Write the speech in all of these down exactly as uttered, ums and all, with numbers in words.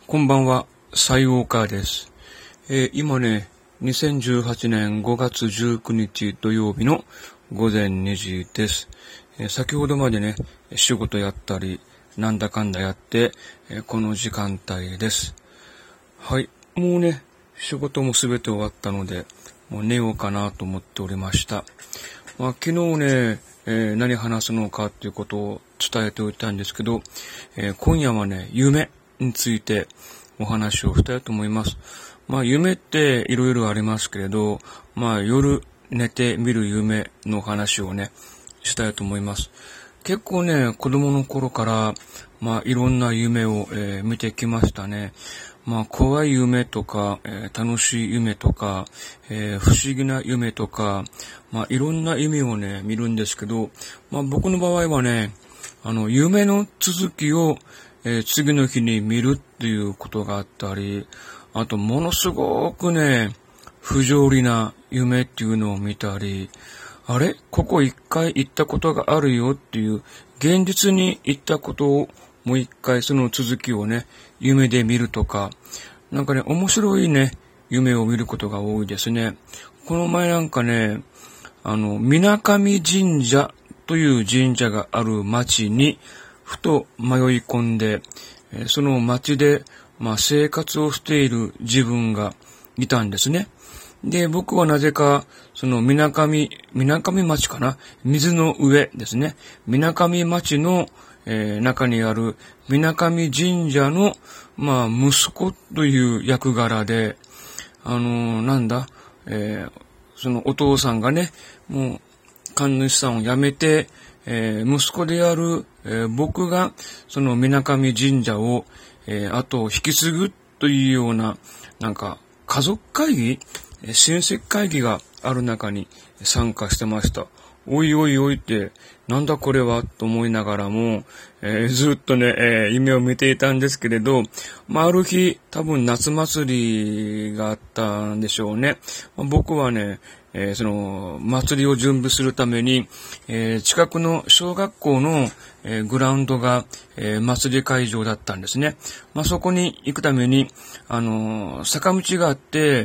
こんばんは、西郷川です。えー、今ね、にせんじゅうはちねんごがつじゅうくにち土曜日のごぜんにじです。えー、先ほどまでね、仕事やったり、なんだかんだやって、えー、この時間帯です。はい、もうね、仕事もすべて終わったので、もう寝ようかなと思っておりました。まあ、昨日ね、えー、何話すのかということを伝えておいたんですけど、えー、今夜はね、夢についてお話をしたいと思います。まあ夢っていろいろありますけれど、まあ夜寝て見る夢の話をね、したいと思います。結構ね、子供の頃からまあいろんな夢を、えー、見てきましたね。まあ怖い夢とか、えー、楽しい夢とか、えー、不思議な夢とか、まあいろんな夢をね、見るんですけど、まあ僕の場合はね、あの夢の続きをえー、次の日に見るっていうことがあったり、あとものすごくね、不条理な夢っていうのを見たり、あれここ一回行ったことがあるよっていう、現実に行ったことをもう一回その続きをね、夢で見るとか、なんかね、面白いね、夢を見ることが多いですね。この前なんかね、あの、水上神社という神社がある町に、ふと迷い込んで、その町で、まあ、生活をしている自分がいたんですね。で、僕はなぜか、その水上、水上町かな、水の上ですね。水上町の、えー、中にある水上神社の、まあ、息子という役柄で、あのー、なんだ、えー、そのお父さんがね、もう、神主さんを辞めて、えー、息子である、えー、僕がその水上神社を、えー、後を引き継ぐというようななんか家族会議、えー、親戚会議がある中に参加してました。おいおいおいってなんだこれはと思いながらも、えー、ずっとね、えー、夢を見ていたんですけれど、まあ、ある日多分夏祭りがあったんでしょうね。まあ、僕はね、えー、その祭りを準備するために、えー、近くの小学校の、えー、グラウンドが、えー、祭り会場だったんですね。まあ、そこに行くために、あのー、坂道があって、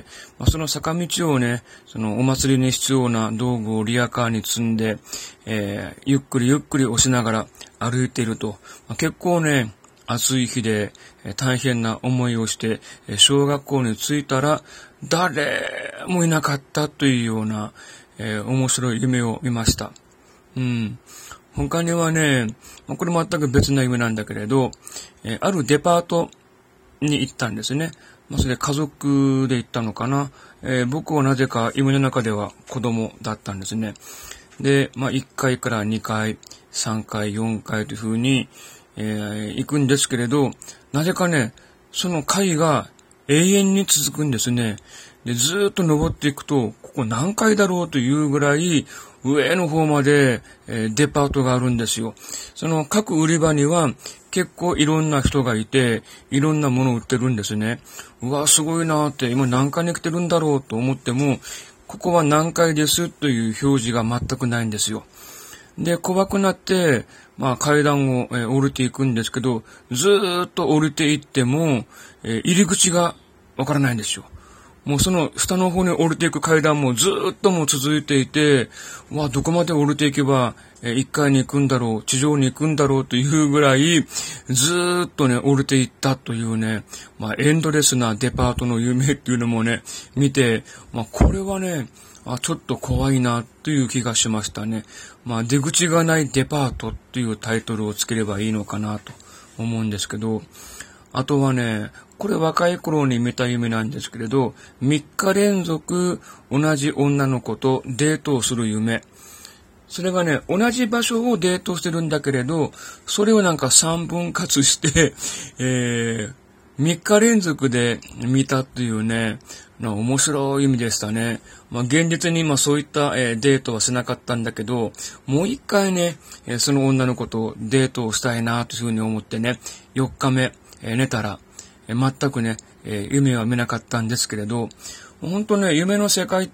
まあ、その坂道をね、そのお祭りに必要な道具をリヤカーに積んで、えー、ゆっくりゆっくり押しながら歩いていると、まあ、結構ね、暑い日で、えー、大変な思いをして、えー、小学校に着いたら誰もいなかったというような、えー、面白い夢を見ました。うん。他にはね、これ全く別な夢なんだけれど、えー、あるデパートに行ったんですね。まあ、それで家族で行ったのかな。えー、僕はなぜか夢の中では子供だったんですね。で、まあ、いっかいからにかい、さんかい、よんかいというふうに、えー、行くんですけれど、なぜかね、その階が永遠に続くんですね。で、ずーっと登っていくと、ここ何階だろうというぐらい、上の方まで、えー、デパートがあるんですよ。その各売り場には結構いろんな人がいて、いろんなものを売ってるんですね。うわ、すごいなーって、今何階に来てるんだろうと思っても、ここは何階ですという表示が全くないんですよ。で、怖くなって、まあ階段を、えー、降りていくんですけど、ずーっと降りていっても、えー、入り口がわからないんですよ。もうその下の方に降りていく階段もずーっとも続いていて、わあ、どこまで降りていけば、えー、いっかいに行くんだろう、地上に行くんだろうというぐらい、ずーっとね、降りていったというね、まあエンドレスなデパートの夢っていうのもね、見て、まあこれはね、あ、ちょっと怖いなという気がしましたね。まあ出口がないデパートっていうタイトルをつければいいのかなと思うんですけど、あとはね、これ若い頃に見た夢なんですけれど、みっか連続同じ女の子とデートをする夢。それがね、同じ場所をデートしてるんだけれど、それをなんかさんぶん割して、えー、みっか連続で見たっていうね、面白い意味でしたね。まあ、現実に今そういった、えー、デートはしなかったんだけど、もう一回ね、えー、その女の子とデートをしたいなというふうに思ってね、よっかめ、えー、寝たら、えー、全くね、えー、夢は見なかったんですけれど、本当ね、夢の世界って、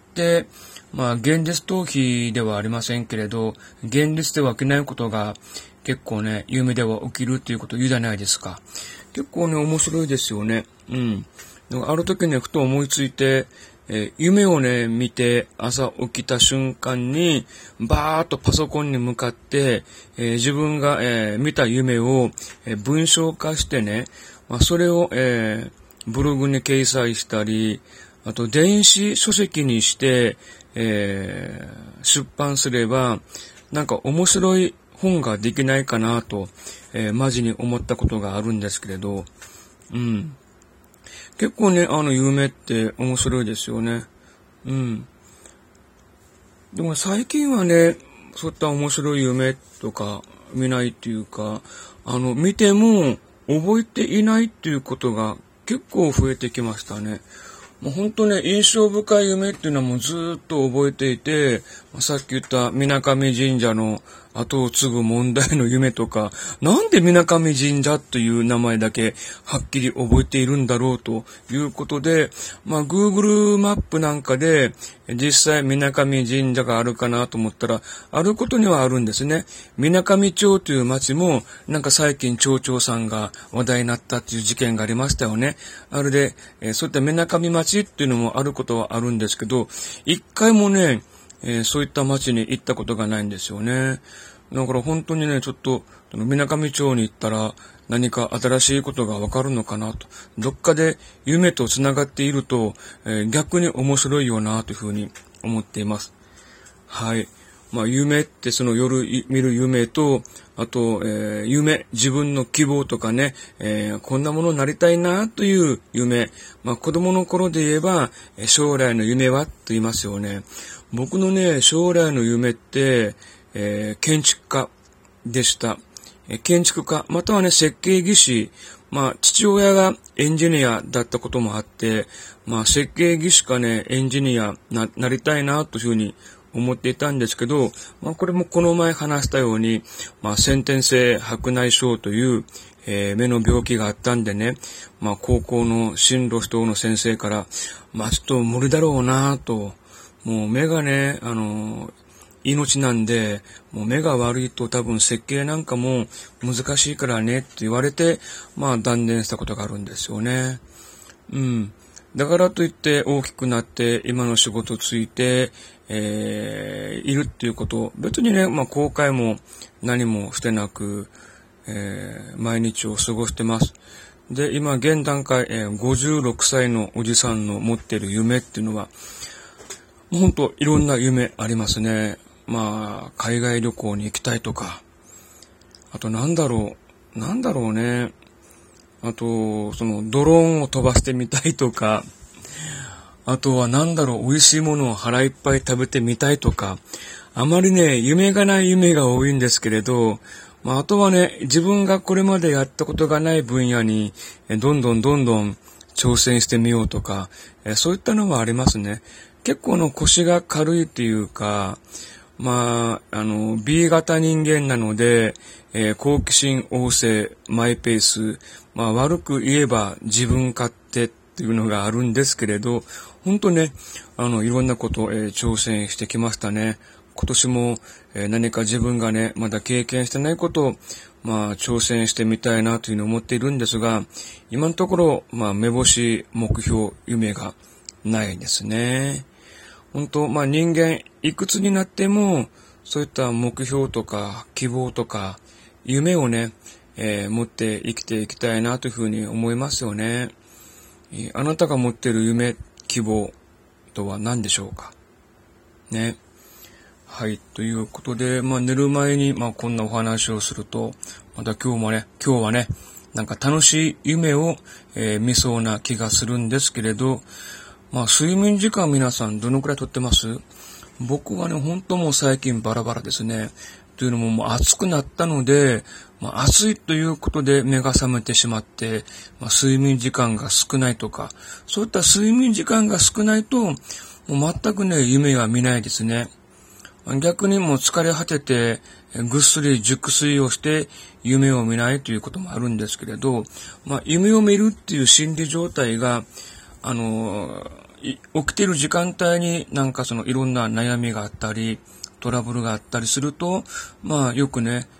まあ現実逃避ではありませんけれど、現実では起きないことが結構ね、夢では起きるっていうことを言うじゃないですか。結構ね、面白いですよね。うん。ある時ね、ふと思いついて、えー、夢をね、見て、朝起きた瞬間に、バーっとパソコンに向かって、えー、自分が、えー、見た夢を、えー、文章化してね、まあ、それを、えー、ブログに掲載したり、あと電子書籍にして、えー、出版すれば、なんか面白い本ができないかなと、えー、マジに思ったことがあるんですけれど、うん。結構ね、あの夢って面白いですよね。うん。でも最近はね、そういった面白い夢とか見ないっていうか、あの、見ても覚えていないっていうことが結構増えてきましたね。もう本当ね、印象深い夢っていうのはもうずーっと覚えていて、さっき言った水上神社の後を継ぐ問題の夢とか、なんで水上神社という名前だけはっきり覚えているんだろうということで、まあ Google マップなんかで実際水上神社があるかなと思ったら、あることにはあるんですね。水上町という町もなんか最近町長さんが話題になったっていう事件がありましたよね。あれで、えー、そういった水上町っていうのもあることはあるんですけど、一回もね、えー、そういった町に行ったことがないんですよね。だから本当にね、ちょっと、水上町に行ったら何か新しいことがわかるのかなと。どっかで夢とつながっていると、えー、逆に面白いよなというふうに思っています。はい。まあ夢ってその夜見る夢と、あと、えー、夢、自分の希望とかね、えー、こんなものになりたいなという夢。まあ子供の頃で言えば、将来の夢はと言いますよね。僕のね、将来の夢って、えー、建築家でした。えー、建築家、またはね、設計技師。まあ、父親がエンジニアだったこともあって、まあ、設計技師かね、エンジニアな、なりたいな、というふうに思っていたんですけど、まあ、これもこの前話したように、まあ、先天性白内障という、えー、目の病気があったんでね、まあ、高校の進路指導の先生から、まあ、ちょっと無理だろうな、と、もう目がね、あの、命なんで、もう目が悪いと多分設計なんかも難しいからねって言われて、まあ断念したことがあるんですよね。うん。だからといって大きくなって今の仕事ついて、えー、いるっていうこと、別にね、まあ後悔も何もしてなく、えー、毎日を過ごしてます。で、今現段階、えー、ごじゅうろくさいのおじさんの持ってる夢っていうのは、本当いろんな夢ありますね。まあ、海外旅行に行きたいとか、あとなんだろう、なんだろうね。あと、そのドローンを飛ばしてみたいとか、あとはなんだろう、美味しいものを腹いっぱい食べてみたいとか、あまりね、夢がない夢が多いんですけれど、まあ、あとはね、自分がこれまでやったことがない分野に、どんどんどんどん挑戦してみようとか、そういったのはありますね。結構の腰が軽いっていうか、まあ、あの、B 型人間なので、えー、好奇心旺盛、マイペース、まあ悪く言えば自分勝手っていうのがあるんですけれど、本当ね、あの、いろんなことを、えー、挑戦してきましたね。今年も、えー、何か自分がね、まだ経験してないことを、まあ、挑戦してみたいなというふうに思っているんですが、今のところ、まあ、目星、目標、夢がないですね。本当、まあ人間いくつになってもそういった目標とか希望とか夢をね、えー、持って生きていきたいなというふうに思いますよね。えー、あなたが持っている夢、希望とは何でしょうかね。はい。ということで、まあ寝る前にまあこんなお話をすると、また今日もね、今日はね、なんか楽しい夢を、えー、見そうな気がするんですけれど、まあ、睡眠時間皆さんどのくらいとってます？僕はね、本当もう最近バラバラですね。というのももう暑くなったので、まあ、暑いということで目が覚めてしまって、まあ、睡眠時間が少ないとか、そういった睡眠時間が少ないと、もう全くね、夢は見ないですね。逆にもう疲れ果てて、ぐっすり熟睡をして夢を見ないということもあるんですけれど、まあ、夢を見るっていう心理状態が、あの、起きている時間帯になんかそのいろんな悩みがあったり、トラブルがあったりすると、まあよくね、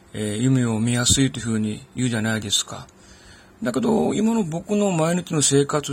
えー、夢を見やすいというふうに言うじゃないですか。だけど、今の僕の毎日の生活って、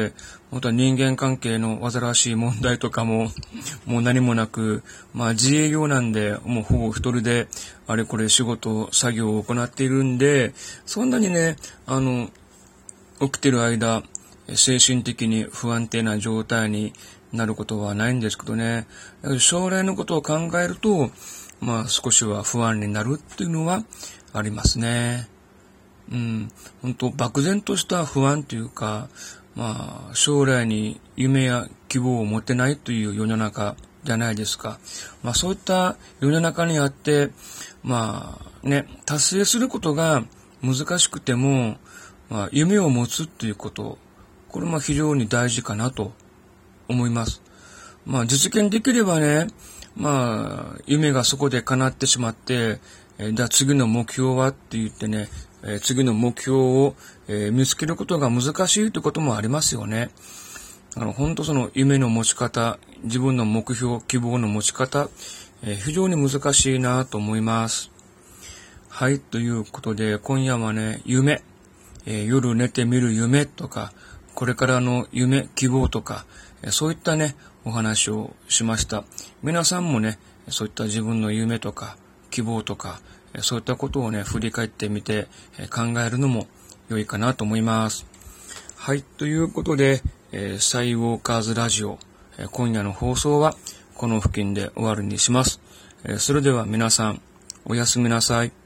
また人間関係の煩わしい問題とかも、もう何もなく、まあ自営業なんで、もうほぼ一人で、あれこれ仕事、作業を行っているんで、そんなにね、あの、起きてる間、精神的に不安定な状態になることはないんですけどね。だけど将来のことを考えると、まあ少しは不安になるっていうのはありますね。うん、本当漠然とした不安というか、まあ将来に夢や希望を持てないという世の中じゃないですか。まあそういった世の中にあって、まあね、達成することが難しくても、まあ夢を持つということ、これも非常に大事かなと思います。まあ実現できればね、まあ夢がそこで叶ってしまって、えー、じゃあ次の目標はって言ってね、えー、次の目標を、えー、見つけることが難しいということもありますよね。あの本当その夢の持ち方、自分の目標、希望の持ち方、えー、非常に難しいなと思います。はい、ということで今夜はね、夢、えー、夜寝てみる夢とか、これからの夢、希望とか、えー、そういったね、お話をしました。皆さんもね、そういった自分の夢とか希望とか、そういったことをね、振り返ってみて考えるのも良いかなと思います。はい、ということで、えー、サイウォーカーズラジオ、えー、今夜の放送はこの付近で終わりにします。えー、それでは皆さん、おやすみなさい。